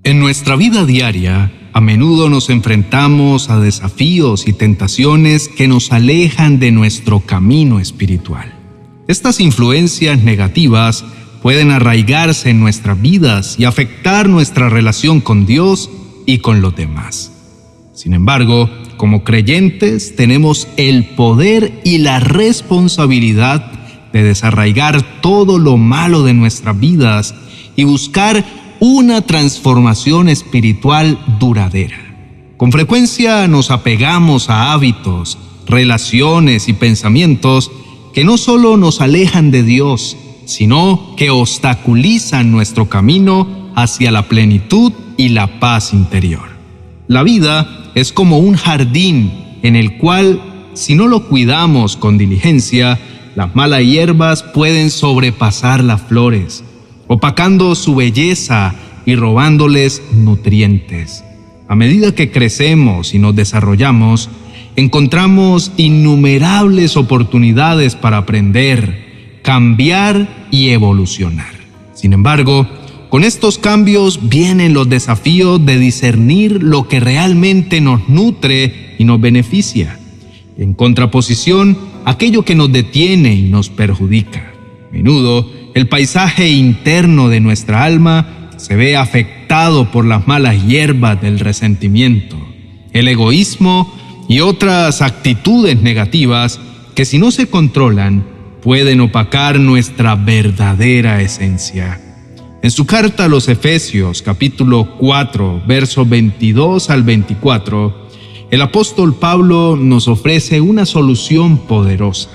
En nuestra vida diaria, a menudo nos enfrentamos a desafíos y tentaciones que nos alejan de nuestro camino espiritual. Estas influencias negativas pueden arraigarse en nuestras vidas y afectar nuestra relación con Dios y con los demás. Sin embargo, como creyentes tenemos el poder y la responsabilidad de desarraigar todo lo malo de nuestras vidas y buscar una transformación espiritual duradera. Con frecuencia nos apegamos a hábitos, relaciones y pensamientos que no solo nos alejan de Dios, sino que obstaculizan nuestro camino hacia la plenitud y la paz interior. La vida es como un jardín en el cual, si no lo cuidamos con diligencia, las malas hierbas pueden sobrepasar las flores, opacando su belleza y robándoles nutrientes. A medida que crecemos y nos desarrollamos, encontramos innumerables oportunidades para aprender, cambiar y evolucionar. Sin embargo, con estos cambios vienen los desafíos de discernir lo que realmente nos nutre y nos beneficia. En contraposición, aquello que nos detiene y nos perjudica. A menudo, el paisaje interno de nuestra alma se ve afectado por las malas hierbas del resentimiento, el egoísmo y otras actitudes negativas que, si no se controlan, pueden opacar nuestra verdadera esencia. En su carta a los Efesios, capítulo 4, versos 22 al 24, el apóstol Pablo nos ofrece una solución poderosa.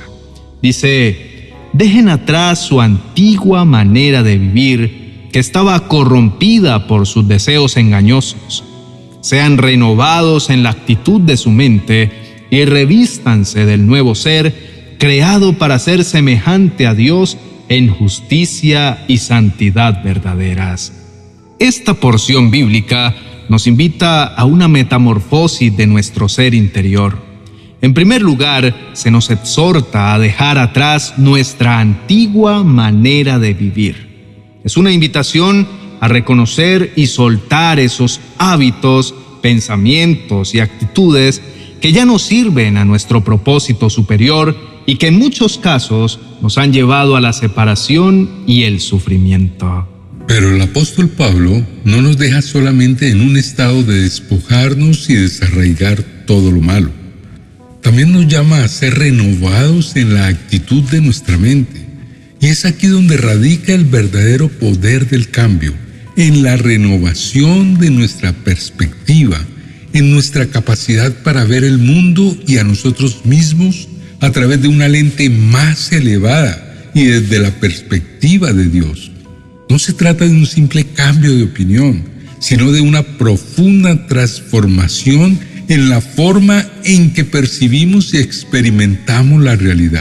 Dice: dejen atrás su antigua manera de vivir, que estaba corrompida por sus deseos engañosos. Sean renovados en la actitud de su mente y revístanse del nuevo ser, creado para ser semejante a Dios en justicia y santidad verdaderas. Esta porción bíblica nos invita a una metamorfosis de nuestro ser interior. En primer lugar, se nos exhorta a dejar atrás nuestra antigua manera de vivir. Es una invitación a reconocer y soltar esos hábitos, pensamientos y actitudes que ya no sirven a nuestro propósito superior y que en muchos casos nos han llevado a la separación y el sufrimiento. Pero el apóstol Pablo no nos deja solamente en un estado de despojarnos y desarraigar todo lo malo. También nos llama a ser renovados en la actitud de nuestra mente. Y es aquí donde radica el verdadero poder del cambio, en la renovación de nuestra perspectiva, en nuestra capacidad para ver el mundo y a nosotros mismos a través de una lente más elevada y desde la perspectiva de Dios. No se trata de un simple cambio de opinión, sino de una profunda transformación en la forma en que percibimos y experimentamos la realidad.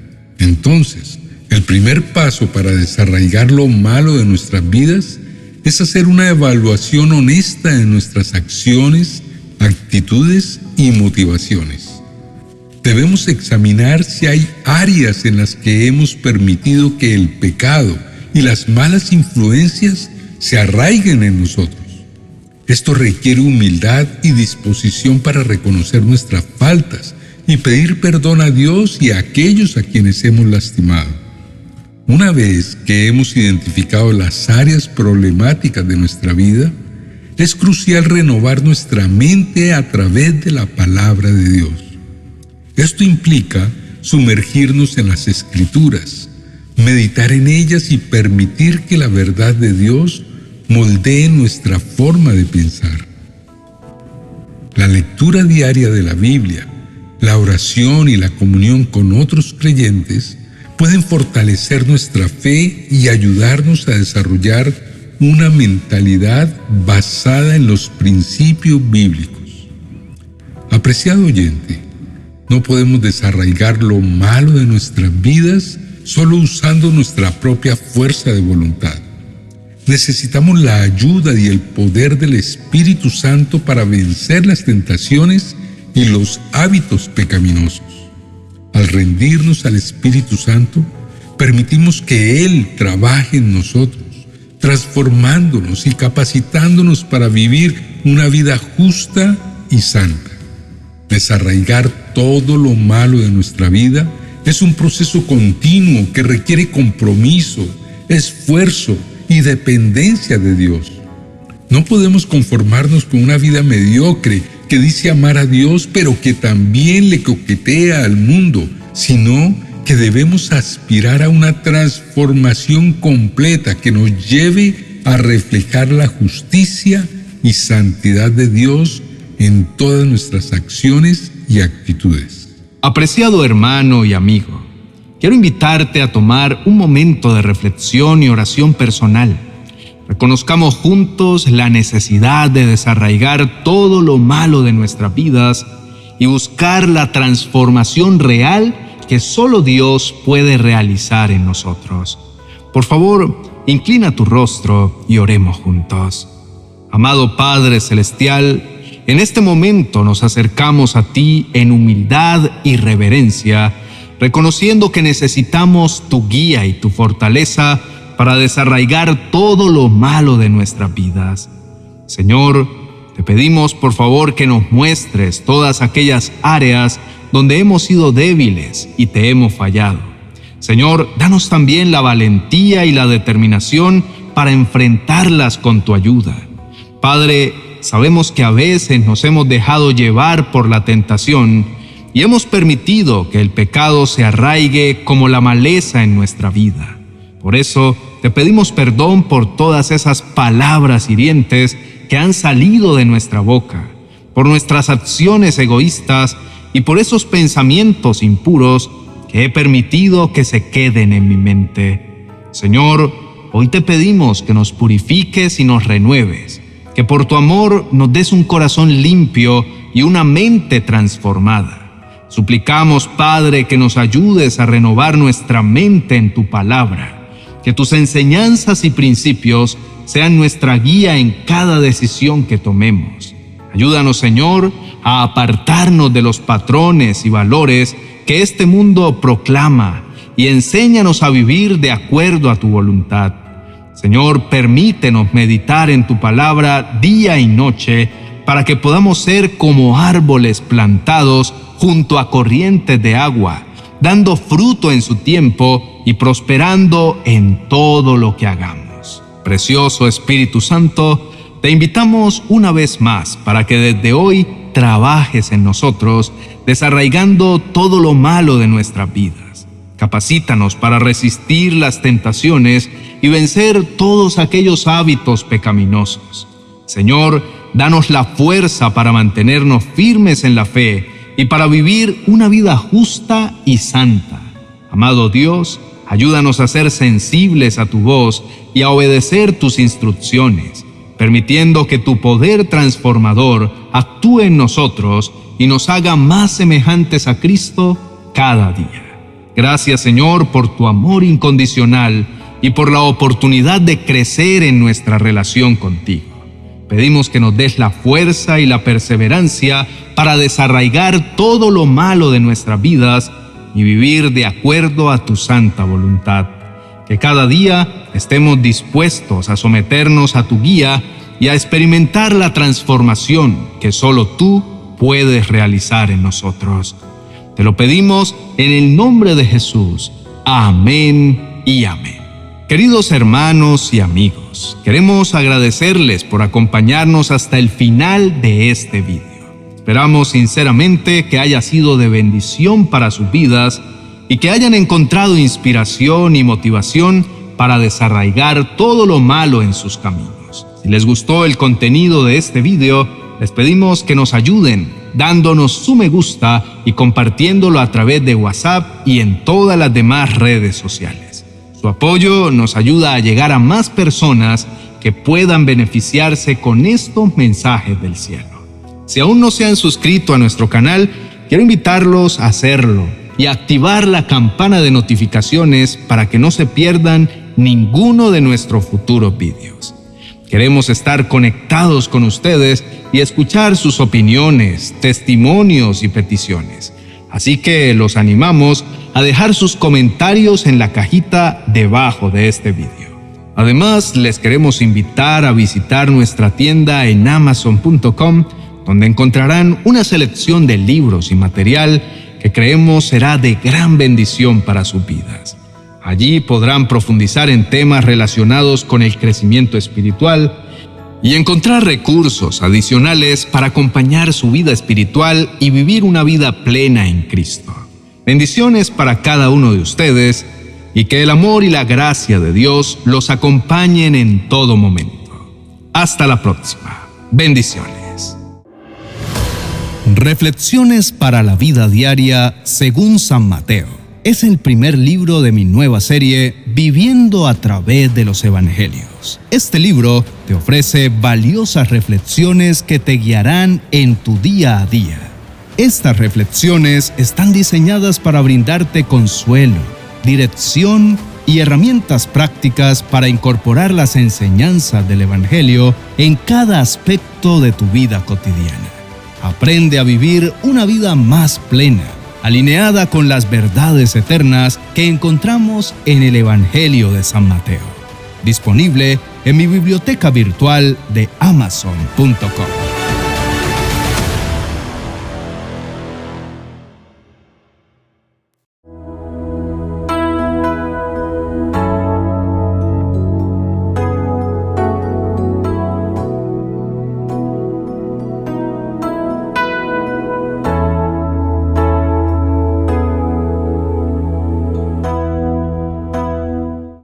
Entonces, el primer paso para desarraigar lo malo de nuestras vidas es hacer una evaluación honesta de nuestras acciones, actitudes y motivaciones. Debemos examinar si hay áreas en las que hemos permitido que el pecado y las malas influencias se arraiguen en nosotros. Esto requiere humildad y disposición para reconocer nuestras faltas y pedir perdón a Dios y a aquellos a quienes hemos lastimado. Una vez que hemos identificado las áreas problemáticas de nuestra vida, es crucial renovar nuestra mente a través de la palabra de Dios. Esto implica sumergirnos en las Escrituras, meditar en ellas y permitir que la verdad de Dios moldee nuestra forma de pensar. La lectura diaria de la Biblia, la oración y la comunión con otros creyentes pueden fortalecer nuestra fe y ayudarnos a desarrollar una mentalidad basada en los principios bíblicos. Apreciado oyente, no podemos desarraigar lo malo de nuestras vidas solo usando nuestra propia fuerza de voluntad. Necesitamos la ayuda y el poder del Espíritu Santo para vencer las tentaciones y los hábitos pecaminosos. Al rendirnos al Espíritu Santo, permitimos que Él trabaje en nosotros, transformándonos y capacitándonos para vivir una vida justa y santa. Desarraigar todo lo malo de nuestra vida es un proceso continuo que requiere compromiso, esfuerzo y dependencia de Dios. No podemos conformarnos con una vida mediocre que dice amar a Dios, pero que también le coquetea al mundo, sino que debemos aspirar a una transformación completa que nos lleve a reflejar la justicia y santidad de Dios en todas nuestras acciones y actitudes. Apreciado hermano y amigo, quiero invitarte a tomar un momento de reflexión y oración personal. Reconozcamos juntos la necesidad de desarraigar todo lo malo de nuestras vidas y buscar la transformación real que solo Dios puede realizar en nosotros. Por favor, inclina tu rostro y oremos juntos. Amado Padre Celestial, en este momento nos acercamos a ti en humildad y reverencia, reconociendo que necesitamos tu guía y tu fortaleza para desarraigar todo lo malo de nuestras vidas. Señor, te pedimos por favor que nos muestres todas aquellas áreas donde hemos sido débiles y te hemos fallado. Señor, danos también la valentía y la determinación para enfrentarlas con tu ayuda. Padre, sabemos que a veces nos hemos dejado llevar por la tentación y hemos permitido que el pecado se arraigue como la maleza en nuestra vida. Por eso, te pedimos perdón por todas esas palabras hirientes que han salido de nuestra boca, por nuestras acciones egoístas y por esos pensamientos impuros que he permitido que se queden en mi mente. Señor, hoy te pedimos que nos purifiques y nos renueves, que por tu amor nos des un corazón limpio y una mente transformada. Suplicamos, Padre, que nos ayudes a renovar nuestra mente en tu palabra, que tus enseñanzas y principios sean nuestra guía en cada decisión que tomemos. Ayúdanos, Señor, a apartarnos de los patrones y valores que este mundo proclama y enséñanos a vivir de acuerdo a tu voluntad. Señor, permítenos meditar en tu palabra día y noche para que podamos ser como árboles plantados junto a corrientes de agua, dando fruto en su tiempo y prosperando en todo lo que hagamos. Precioso Espíritu Santo, te invitamos una vez más para que desde hoy trabajes en nosotros, desarraigando todo lo malo de nuestras vidas. Capacítanos para resistir las tentaciones y vencer todos aquellos hábitos pecaminosos. Señor, danos la fuerza para mantenernos firmes en la fe y para vivir una vida justa y santa. Amado Dios, ayúdanos a ser sensibles a tu voz y a obedecer tus instrucciones, permitiendo que tu poder transformador actúe en nosotros y nos haga más semejantes a Cristo cada día. Gracias, Señor, por tu amor incondicional y por la oportunidad de crecer en nuestra relación contigo. Pedimos que nos des la fuerza y la perseverancia para desarraigar todo lo malo de nuestras vidas y vivir de acuerdo a tu santa voluntad. Que cada día estemos dispuestos a someternos a tu guía y a experimentar la transformación que solo tú puedes realizar en nosotros. Te lo pedimos en el nombre de Jesús. Amén y amén. Queridos hermanos y amigos, queremos agradecerles por acompañarnos hasta el final de este video. Esperamos sinceramente que haya sido de bendición para sus vidas y que hayan encontrado inspiración y motivación para desarraigar todo lo malo en sus caminos. Si les gustó el contenido de este video, les pedimos que nos ayuden dándonos su me gusta y compartiéndolo a través de WhatsApp y en todas las demás redes sociales. Su apoyo nos ayuda a llegar a más personas que puedan beneficiarse con estos mensajes del cielo. Si aún no se han suscrito a nuestro canal, quiero invitarlos a hacerlo y a activar la campana de notificaciones para que no se pierdan ninguno de nuestros futuros videos. Queremos estar conectados con ustedes y escuchar sus opiniones, testimonios y peticiones. Así que los animamos a dejar sus comentarios en la cajita debajo de este video. Además, les queremos invitar a visitar nuestra tienda en Amazon.com, donde encontrarán una selección de libros y material que creemos será de gran bendición para sus vidas. Allí podrán profundizar en temas relacionados con el crecimiento espiritual y encontrar recursos adicionales para acompañar su vida espiritual y vivir una vida plena en Cristo. Bendiciones para cada uno de ustedes y que el amor y la gracia de Dios los acompañen en todo momento. Hasta la próxima. Bendiciones. Reflexiones para la vida diaria según San Mateo. Es el primer libro de mi nueva serie Viviendo a través de los Evangelios. Este libro te ofrece valiosas reflexiones que te guiarán en tu día a día. Estas reflexiones están diseñadas para brindarte consuelo, dirección y herramientas prácticas para incorporar las enseñanzas del Evangelio en cada aspecto de tu vida cotidiana. Aprende a vivir una vida más plena, alineada con las verdades eternas que encontramos en el Evangelio de San Mateo. Disponible en mi biblioteca virtual de Amazon.com.